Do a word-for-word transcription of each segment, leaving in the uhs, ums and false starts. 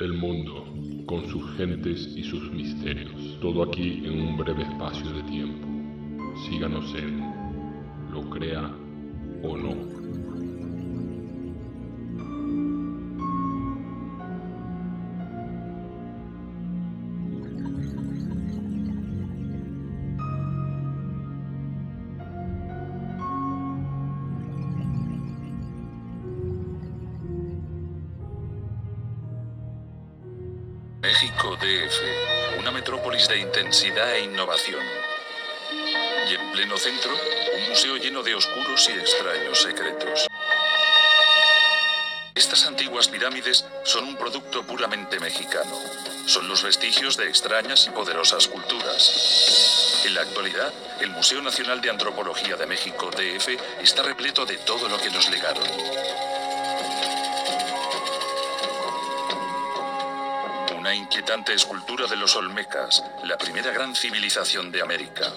El mundo, con sus gentes y sus misterios. Todo aquí en un breve espacio de tiempo. Síganos en Lo Crea o No. México D F, una metrópolis de intensidad e innovación. Y en pleno centro, un museo lleno de oscuros y extraños secretos. Estas antiguas pirámides son un producto puramente mexicano. Son los vestigios de extrañas y poderosas culturas. En la actualidad, el Museo Nacional de Antropología de México D F está repleto de todo lo que nos legaron. Una inquietante escultura de los Olmecas, la primera gran civilización de América.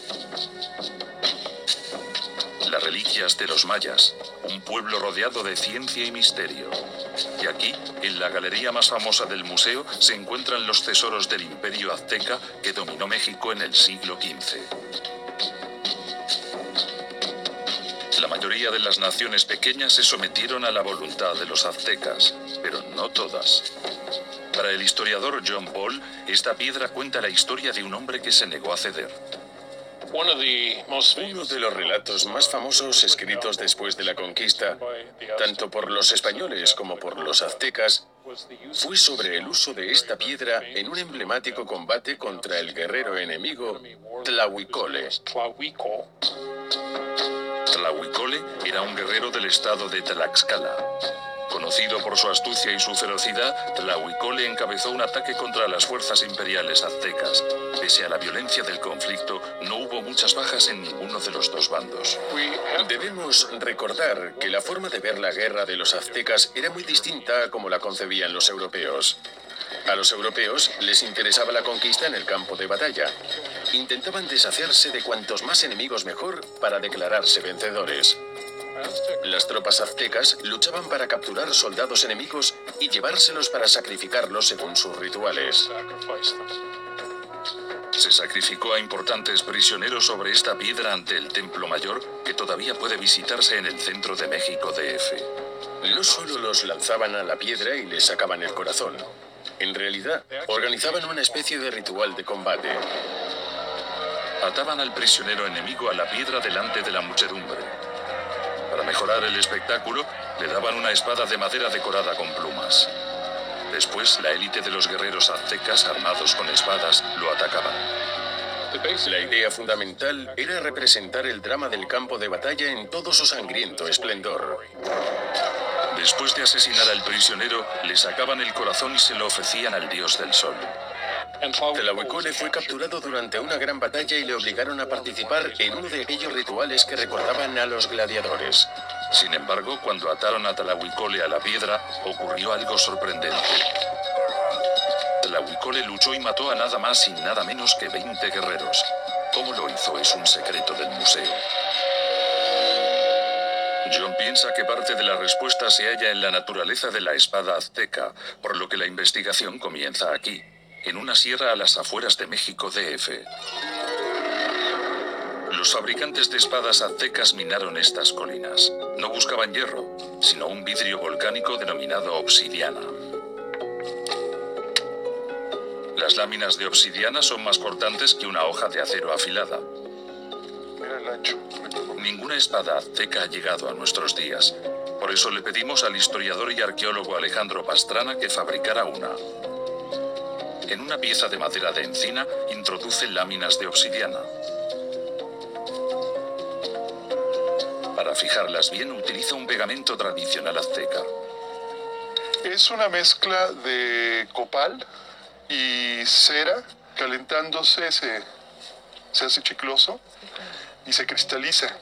Las reliquias de los mayas, un pueblo rodeado de ciencia y misterio. Y aquí, en la galería más famosa del museo, se encuentran los tesoros del Imperio Azteca que dominó México en el siglo quince. La mayoría de las naciones pequeñas se sometieron a la voluntad de los aztecas, pero no todas. Para el historiador John Paul, esta piedra cuenta la historia de un hombre que se negó a ceder. Uno de los relatos más famosos escritos después de la conquista, tanto por los españoles como por los aztecas, fue sobre el uso de esta piedra en un emblemático combate contra el guerrero enemigo Tlahuicole. Tlahuicole era un guerrero del estado de Tlaxcala. Conocido por su astucia y su ferocidad, Tlahuicole encabezó un ataque contra las fuerzas imperiales aztecas. Pese a la violencia del conflicto, no hubo muchas bajas en ninguno de los dos bandos. Debemos recordar que la forma de ver la guerra de los aztecas era muy distinta a como la concebían los europeos. A los europeos les interesaba la conquista en el campo de batalla. Intentaban deshacerse de cuantos más enemigos mejor para declararse vencedores. Las tropas aztecas luchaban para capturar soldados enemigos y llevárselos para sacrificarlos según sus rituales. Se sacrificó a importantes prisioneros sobre esta piedra ante el Templo Mayor, que todavía puede visitarse en el centro de México D F. No solo los lanzaban a la piedra y les sacaban el corazón. En realidad, organizaban una especie de ritual de combate. Ataban al prisionero enemigo a la piedra delante de la muchedumbre. Para mejorar el espectáculo, le daban una espada de madera decorada con plumas. Después, la élite de los guerreros aztecas, armados con espadas, lo atacaban. La idea fundamental era representar el drama del campo de batalla en todo su sangriento esplendor. Después de asesinar al prisionero, le sacaban el corazón y se lo ofrecían al dios del sol. Tlahuicole fue capturado durante una gran batalla y le obligaron a participar en uno de aquellos rituales que recordaban a los gladiadores. Sin embargo, cuando ataron a Tlahuicole a la piedra, ocurrió algo sorprendente. Tlahuicole luchó y mató a nada más y nada menos que veinte guerreros. ¿Cómo lo hizo? Es un secreto del museo. John piensa que parte de la respuesta se halla en la naturaleza de la espada azteca, por lo que la investigación comienza aquí, en una sierra a las afueras de México D F. Los fabricantes de espadas aztecas minaron estas colinas. No buscaban hierro, sino un vidrio volcánico denominado obsidiana. Las láminas de obsidiana son más cortantes que una hoja de acero afilada. Mira el ancho. Ninguna espada azteca ha llegado a nuestros días. Por eso le pedimos al historiador y arqueólogo Alejandro Pastrana que fabricara una. En una pieza de madera de encina introduce láminas de obsidiana. Para fijarlas bien utiliza un pegamento tradicional azteca. Es una mezcla de copal y cera. Calentándose se, se hace chicloso y se cristaliza.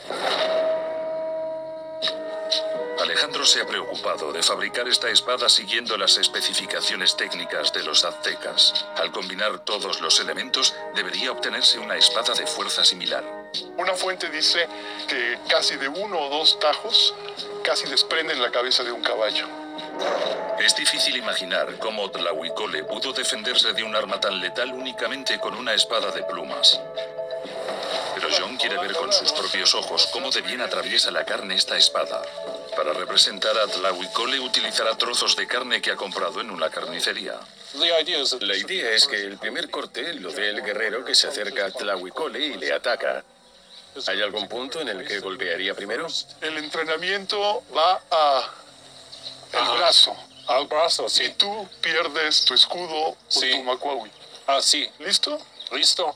Alejandro se ha preocupado de fabricar esta espada siguiendo las especificaciones técnicas de los aztecas. Al combinar todos los elementos, debería obtenerse una espada de fuerza similar. Una fuente dice que casi de uno o dos tajos casi desprenden la cabeza de un caballo. Es difícil imaginar cómo Tlahuicole pudo defenderse de un arma tan letal únicamente con una espada de plumas. Pero John quiere ver con sus propios ojos cómo de bien atraviesa la carne esta espada. Para representar a Tlahuicole utilizará trozos de carne que ha comprado en una carnicería. La idea es que el primer corte lo dé el guerrero que se acerca a Tlahuicole y le ataca. ¿Hay algún punto en el que golpearía primero? El entrenamiento va a el brazo. Al brazo, Y sí. tú pierdes tu escudo o Sí. tu macuahui. Ah, sí. ¿Listo? Listo.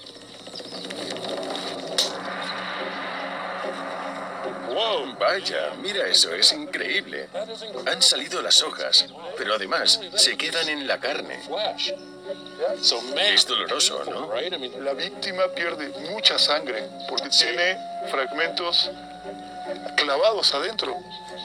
Wow. Vaya, mira eso, es increíble. Han salido las hojas, pero además se quedan en la carne. Flash. So, man, Es doloroso, ¿no? right? I mean, La víctima pierde mucha sangre porque tiene fragmentos clavados adentro.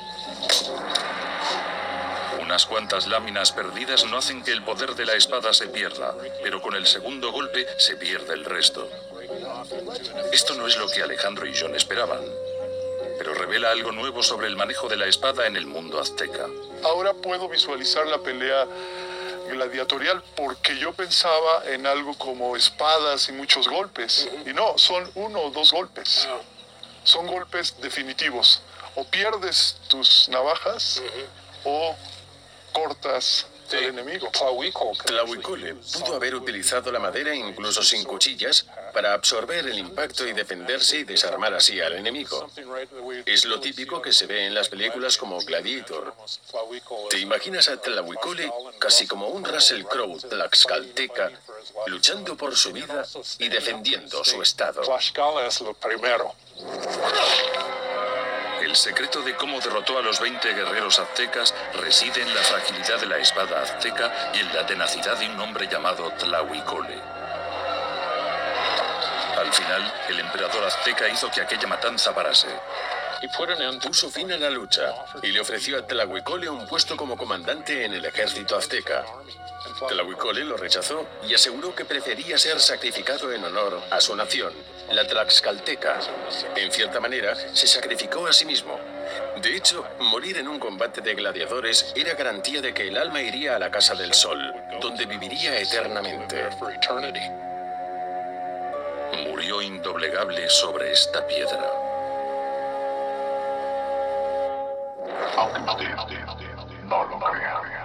Unas cuantas láminas perdidas no hacen que el poder de la espada se pierda, pero con el segundo golpe se pierde el resto. Esto no es lo que Alejandro y John esperaban, pero revela algo nuevo sobre el manejo de la espada en el mundo azteca. Ahora puedo visualizar la pelea gladiatorial porque yo pensaba en algo como espadas y muchos golpes. Y no, son uno o dos golpes. Son golpes definitivos. O pierdes tus navajas o cortas al enemigo. Tlahuicole. Tlahuicole pudo haber utilizado la madera incluso sin cuchillas para absorber el impacto y defenderse y desarmar así al enemigo. Es lo típico que se ve en las películas como Gladiator. ¿Te imaginas a Tlahuicole casi como un Russell Crowe tlaxcalteca, luchando por su vida y defendiendo su estado? Tlaxcala es lo primero. El secreto de cómo derrotó a los veinte guerreros aztecas reside en la fragilidad de la espada azteca y en la tenacidad de un hombre llamado Tlahuicole. Al final, el emperador azteca hizo que aquella matanza parase. He put an end to Puso fin a la lucha y le ofreció a Tlahuicole un puesto como comandante en el ejército azteca. Tlahuicole lo rechazó y aseguró que prefería ser sacrificado en honor a su nación, la Tlaxcalteca. En cierta manera, se sacrificó a sí mismo. De hecho, morir en un combate de gladiadores era garantía de que el alma iría a la Casa del Sol, donde viviría eternamente. for eternity. Murió indoblegable sobre esta piedra. Aunque usted no lo crea.